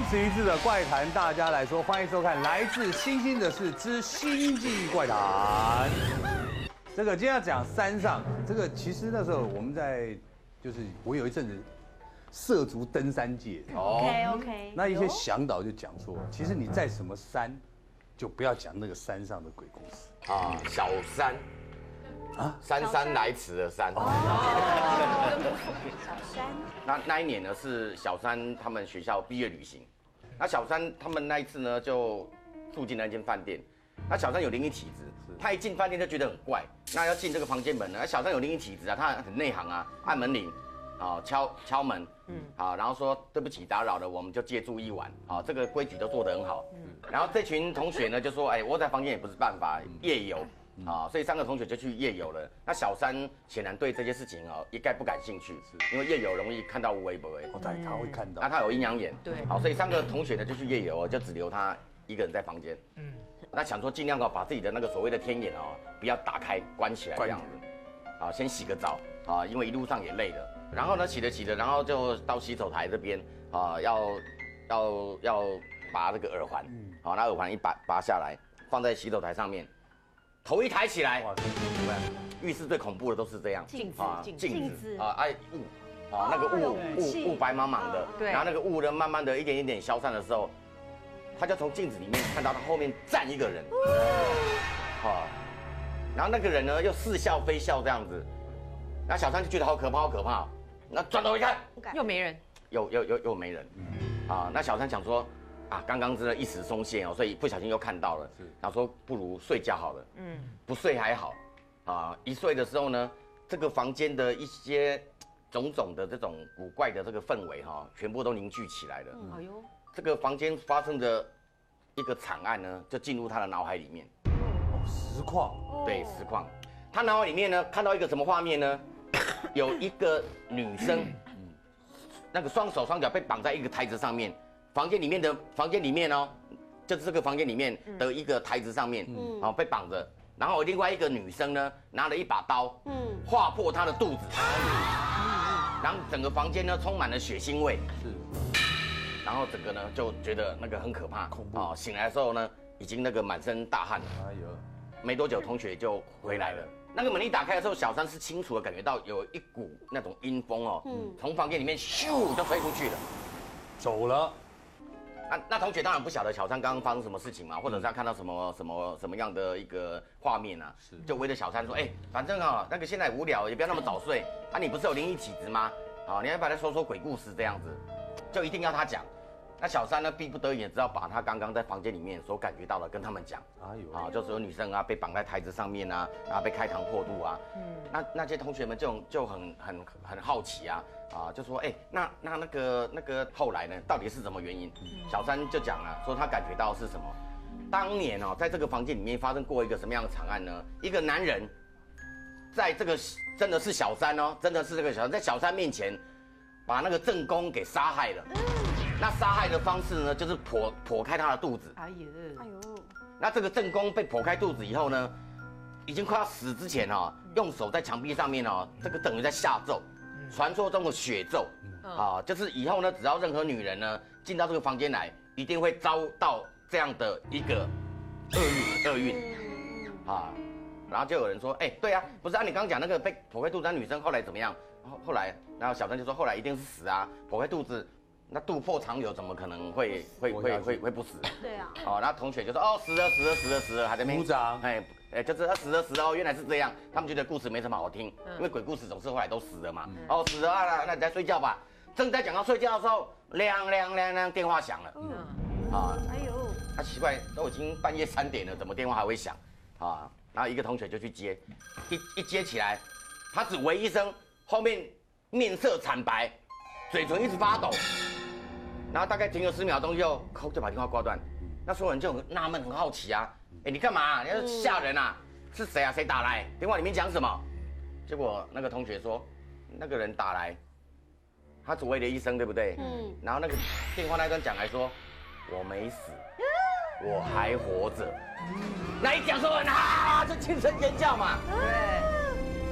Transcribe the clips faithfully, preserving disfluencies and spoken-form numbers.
此一致的怪谈，大家来说，欢迎收看来自星星的事之星际怪谈。这个今天要讲山上，这个其实那时候我们在，就是我有一阵子涉足登山界。 OK OK。 那一些向导就讲说，其实你在什么山，就不要讲那个山上的鬼故事啊，小山。 啊，姗姗来迟的姗。 哦，小山。 那那一年呢是小三他们学校毕业旅行，那小三他们那一次呢就住进那间饭店，那小三有灵异体质，他一进饭店就觉得很怪，那要进这个房间门呢，小三有灵异体质啊，他很内行啊，按门铃，啊敲敲门，嗯，好，然后说对不起打扰了，我们就借住一晚，啊这个规矩都做得很好，嗯，然后这群同学呢就说，哎窝在房间也不是办法，夜游。 啊，所以三个同学就去夜游了。那小三显然对这些事情哦一概不感兴趣，因为夜游容易看到无微不微。 哦，对，他会看到。 那他有阴阳眼， 对。 好，所以三个同学呢就去夜游，就只留他一个人在房间。嗯。那想说尽量哦把自己的那个所谓的天眼哦不要打开关起来这样子。啊，先洗个澡啊，因为一路上也累了。然后呢洗着洗着，然后就到洗手台这边啊，要要要拔这个耳环。嗯。好，那耳环一拔拔下来，放在洗手台上面。 头一抬起来，哇，浴室最恐怖的都是这样， 镜子啊，镜子啊，哎雾，啊那个雾雾雾白茫茫的， 对， 然后那个雾呢，慢慢的一点一点消散的时候，他就从镜子里面看到他后面站一个人，啊，然后那个人呢又似笑非笑这样子，那小三就觉得好可怕好可怕，那转头一看， 又没人， 又又又又没人，啊，那小三想说。 啊，刚刚真的一时松懈哦，所以不小心又看到了，然后说不如睡觉好了，嗯，不睡还好，啊，一睡的时候呢，这个房间的一些种种的这种古怪的这个氛围哈，全部都凝聚起来了，哎呦，这个房间发生的一个惨案呢，就进入他的脑海里面， 哦，实况， 对，实况，他脑海里面呢看到一个什么画面呢？有一个女生，那个双手双脚被绑在一个台子上面。 房间里面的房间里面哦，就是这个房间里面的一个台子上面，嗯，哦被绑着，然后另外一个女生呢拿了一把刀，嗯，划破她的肚子，然后整个房间呢充满了血腥味，是，然后整个呢就觉得那个很可怕，恐怖啊！醒来的时候呢，已经那个满身大汗了，哎呦，没多久同学就回来了。 那个门一打开的时候，小三是清楚的感觉到有一股那种阴风哦，嗯，从房间里面咻就飞出去了， 走了。 那那同学当然不晓得小三刚刚发生什么事情嘛，或者是他看到什么什么什么样的一个画面啊，是就围着小三说，哎、欸，反正啊、喔、那个现在无聊，也不要那么早睡。啊，你不是有灵异体质吗？好，你要不要来说说鬼故事这样子，就一定要他讲。那小三呢，逼不得已也只好把他刚刚在房间里面所感觉到的跟他们讲。哎呦，啊，就是有女生啊被绑在台子上面啊，然后被开膛破肚啊。嗯，那那些同学们就就很很很好奇啊。 啊，就说哎、欸，那那那个那个后来呢，到底是什么原因？小三就讲了，说他感觉到是什么？当年哦，在这个房间里面发生过一个什么样的惨案呢？一个男人，在这个真的是小三哦，真的是这个小三，在小三面前，把那个正宫给杀害了。那杀害的方式呢，就是剖剖开他的肚子。哎呦，哎呦。那这个正宫被剖开肚子以后呢，已经快要死之前哦，用手在墙壁上面哦，这个等于在下咒。 传说中的血咒，啊，就是以后呢，只要任何女人呢进到这个房间来，一定会遭到这样的一个厄运，厄运，啊，然后就有人说，哎，对啊，不是啊，你刚刚讲那个被剖开肚子的女生后来怎么样？后后来，然后小三就说，后来一定是死啊，剖开肚子，那肚破肠流，怎么可能会会会会会不死？ 对啊， 哦，然后同学就说，哦，死了死了死了死了，还在那边鼓掌， 哎。 哎，就是他死了死了哦，原来是这样。他们觉得故事没什么好听，因为鬼故事总是后来都死了嘛。哦，死了啊，那那你在睡觉吧。正在讲到睡觉的时候，亮亮亮亮，电话响了。嗯，啊，哎呦，他奇怪，都已经半夜三点了，怎么电话还会响？啊，然后一个同学就去接，一一接起来，他只喂一声，后面面色惨白，嘴唇一直发抖，然后大概停了十秒钟以后，扣就把电话挂断。那所有人就很纳闷，很好奇啊。 哎，你干嘛？你要吓人啊？是谁啊？谁打来？电话里面讲什么？结果那个同学说，那个人打来，他只喂了一声，对不对？嗯。然后那个电话那端讲来说，我没死，我还活着。那一讲说啊，就轻声尖叫嘛。对。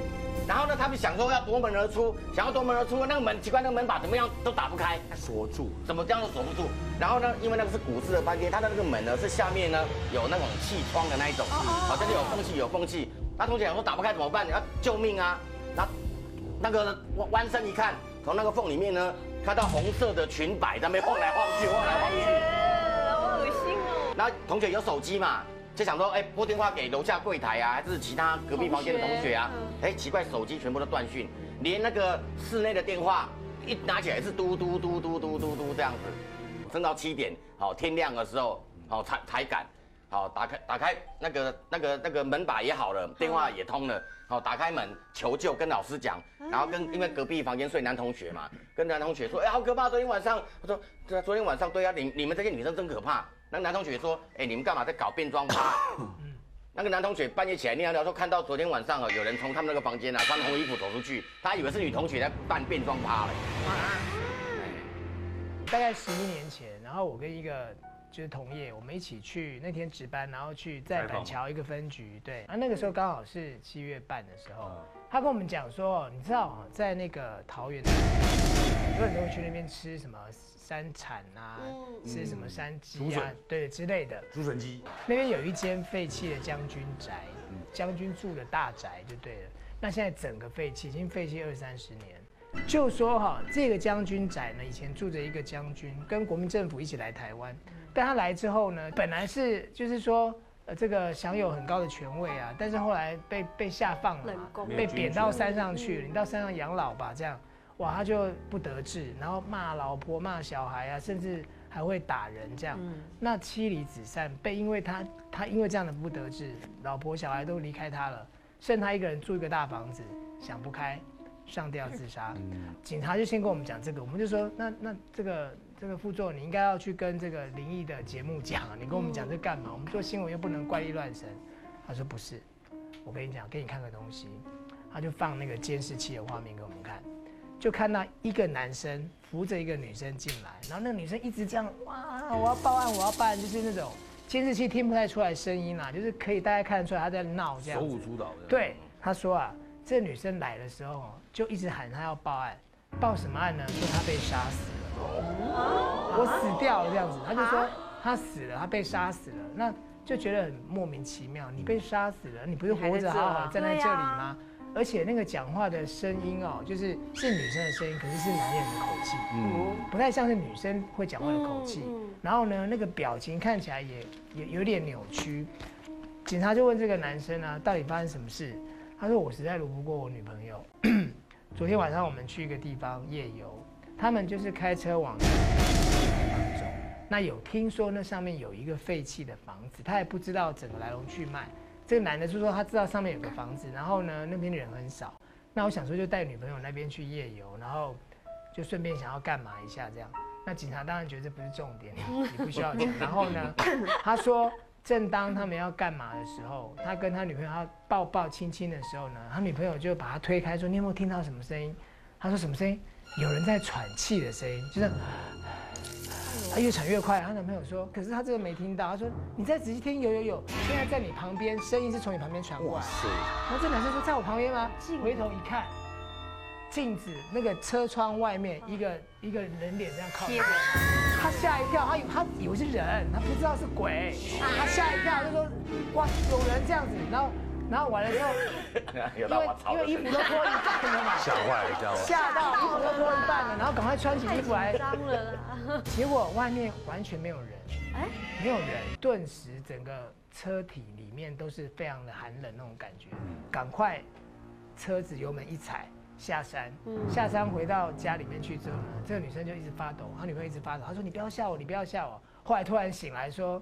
然后呢，他们想说要夺门而出，想要夺门而出，那个门奇怪，那个门把怎么样都打不开， 锁住， 怎么这样都锁不住。然后呢，因为那个是古式的饭店，它的那个门呢是下面呢有那种气窗的那一种，好像是有缝隙有缝隙。那同学想说打不开怎么办？要救命啊！那那个弯身一看，从那个缝里面呢看到红色的裙摆在那边晃来晃去，晃来晃去， 好恶心哦。 然后同学有手机嘛？就想说，哎，拨电话给楼下柜台啊，还是其他隔壁房间的同学啊？哎，奇怪，手机全部都断讯，连那个室内的电话一拿起来是嘟嘟嘟嘟嘟嘟嘟这样子。撑到七点，好天亮的时候，好才才赶，好打开打开那个那个那个门把也好了，电话也通了，好打开门求救，跟老师讲，然后跟因为隔壁房间睡男同学嘛，跟男同学说，哎，好可怕，昨天晚上，我说对啊，昨天晚上对啊，你你们这些女生真可怕。那个男同学说：“哎、欸，你们干嘛在搞变装趴？”那个男同学半夜起来尿尿，说看到昨天晚上哦，有人从他们那个房间啊穿红衣服走出去，他以为是女同学在办变装趴嘞。 大概十一年前，然后我跟一个就是同业，我们一起去那天值班，然后去在板桥一个分局，对，啊那个时候刚好是七月半的时候，他跟我们讲说，你知道在那个桃园，很多人都会去那边吃什么山产啊，嗯、吃什么山鸡啊，对之类的。 竹笋鸡。 那边有一间废弃的将军宅，嗯、将军住的大宅就对了。那现在整个废弃，已经废弃二三十年。就说哈，这个将军宅呢，以前住着一个将军，跟国民政府一起来台湾，但他来之后呢，本来是就是说。呃，这个享有很高的权位啊，但是后来被被下放了嘛，被贬到山上去了。你到山上养老吧，这样，哇，他就不得志，然后骂老婆、骂小孩啊，甚至还会打人这样。嗯、那妻离子散，被因为他他因为这样的不得志，老婆小孩都离开他了，剩他一个人住一个大房子，想不开，上吊自杀。嗯、警察就先跟我们讲这个，我们就说那那这个。这个副座，你应该要去跟这个灵异的节目讲啊！你跟我们讲这干嘛？我们做新闻又不能怪力乱神。他说不是，我跟你讲，给你看个东西。他就放那个监视器的画面给我们看，就看到一个男生扶着一个女生进来，然后那个女生一直这样哇，我要报案，我要报案，就是那种监视器听不太出来声音啦，就是可以大家看得出来她在闹这样子。 手舞足蹈的。 对，他说啊，这女生来的时候就一直喊她要报案，报什么案呢？说她被杀死了。我死掉了这样子，他就说他死了，他被杀死了，那就觉得很莫名其妙。你被杀死了，你不是活着好好站在这里吗？而且那个讲话的声音哦，就是是女生的声音，可是是男人的口气，嗯，不太像是女生会讲话的口气。然后呢，那个表情看起来也也有点扭曲。警察就问这个男生啊，到底发生什么事？他说我实在如不过我女朋友。昨天晚上我们去一个地方夜游。他们就是开车往地方走，那有听说那上面有一个废弃的房子，他也不知道整个来龙去脉。这个男的就说他知道上面有个房子，然后呢那边人很少。那我想说就带女朋友那边去夜游，然后就顺便想要干嘛一下这样。那警察当然觉得这不是重点，你不需要讲。然后呢，他说正当他们要干嘛的时候，他跟他女朋友要抱抱亲亲的时候呢，他女朋友就把他推开说：“你有没有听到什么声音？”他说：“什么声音？”有人在喘气的声音，就是他越喘越快。他男朋友说：“可是他这个没听到。”他说：“你再仔细听，有有有，现在在你旁边，声音是从你旁边传过来。”然后这男生说：“在我旁边吗？”回头一看，镜子那个车窗外面一个一个人脸这样靠着，他吓一跳，他以他以为是人，他不知道是鬼，他吓一跳就说：“哇，有人这样子。”然后。然后完了之后，因为因为衣服都脱一半了嘛， 吓坏了，吓坏， 吓到衣服都脱一半了，然后赶快穿起衣服来， 脏了啦。 结果外面完全没有人，哎，没有人，顿时整个车体里面都是非常的寒冷那种感觉，赶快车子油门一踩下山，下山回到家里面去之后呢，这个女生就一直发抖，她女朋友一直发抖，她说你不要吓我，你不要吓我，后来突然醒来说。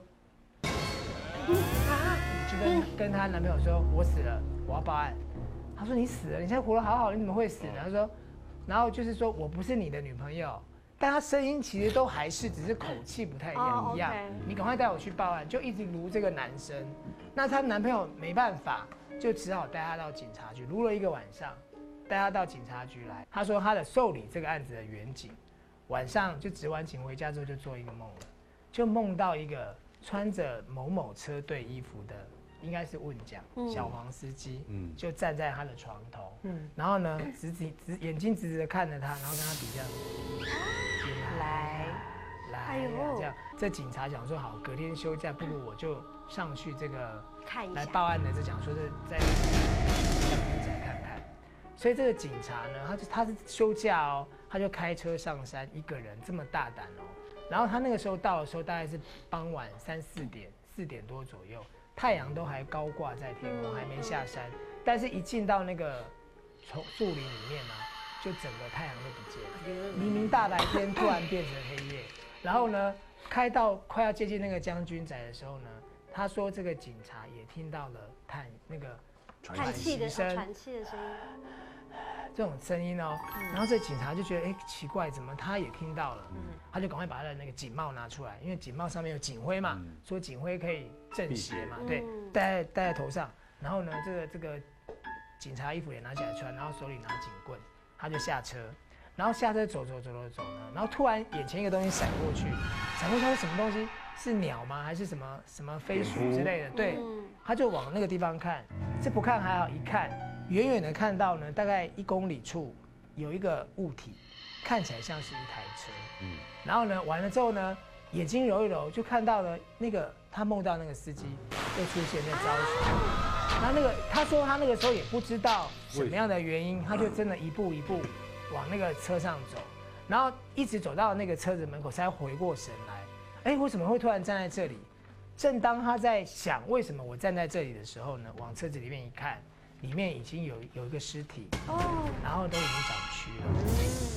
就跟跟她男朋友说，我死了，我要报案。他说你死了，你现在活得好好，你怎么会死呢？他说，然后就是说我不是你的女朋友，但他声音其实都还是，只是口气不太一样、oh, 一样。你赶快带我去报案，就一直撸这个男生。那她男朋友没办法，就只好带她到警察局，撸了一个晚上，带她到警察局来。他说他的受理这个案子的远景，晚上就执完警回家之后就做一个梦了，就梦到一个穿着某某车队衣服的应该是问讲，小黄司机， 嗯就站在他的床头，嗯，然后呢，直直直眼睛直直的看着他，然后跟他比这样， 来来， 哎呦这样，这警察讲说好，隔天休假，不如我就上去这个看一下， 来报案的，就讲说是在再看看。所以这个警察呢，他就他是休假哦，他就开车上山，一个人这么大胆哦。然后他那个时候到的时候，大概是傍晚三四点，四点多左右，太阳都还高挂在天空，还没下山。但是一进到那个丛树林里面呢、啊，就整个太阳都不见了，明明大白天突然变成黑夜。然后呢，开到快要接近那个将军宅的时候呢，他说这个警察也听到了叹那个叹气的声， 喘气的声音。 这种声音哦，然后这警察就觉得哎奇怪，怎么他也听到了？他就赶快把他的那个警帽拿出来，因为警帽上面有警徽嘛，说警徽可以正邪嘛，对，戴戴在头上。然后呢，这个这个警察衣服也拿起来穿，然后手里拿警棍，他就下车，然后下车走走走走走呢，然后突然眼前一个东西闪过去，闪过去是什么东西？是鸟吗？还是什么什么飞鼠之类的？对，他就往那个地方看，这不看还好，一看。远远的看到呢，大概一公里处有一个物体，看起来像是一台车。嗯，然后呢，完了之后呢，眼睛揉一揉，就看到了那个他梦到那个司机又出现在招手。然后那个他说他那个时候也不知道什么样的原因，他就真的一步一步往那个车上走，然后一直走到那个车子门口才回过神来。哎，为什么会突然站在这里？正当他在想为什么我站在这里的时候呢，往车子里面一看。里面已经有有一个尸体，哦，然后都已经长蛆了。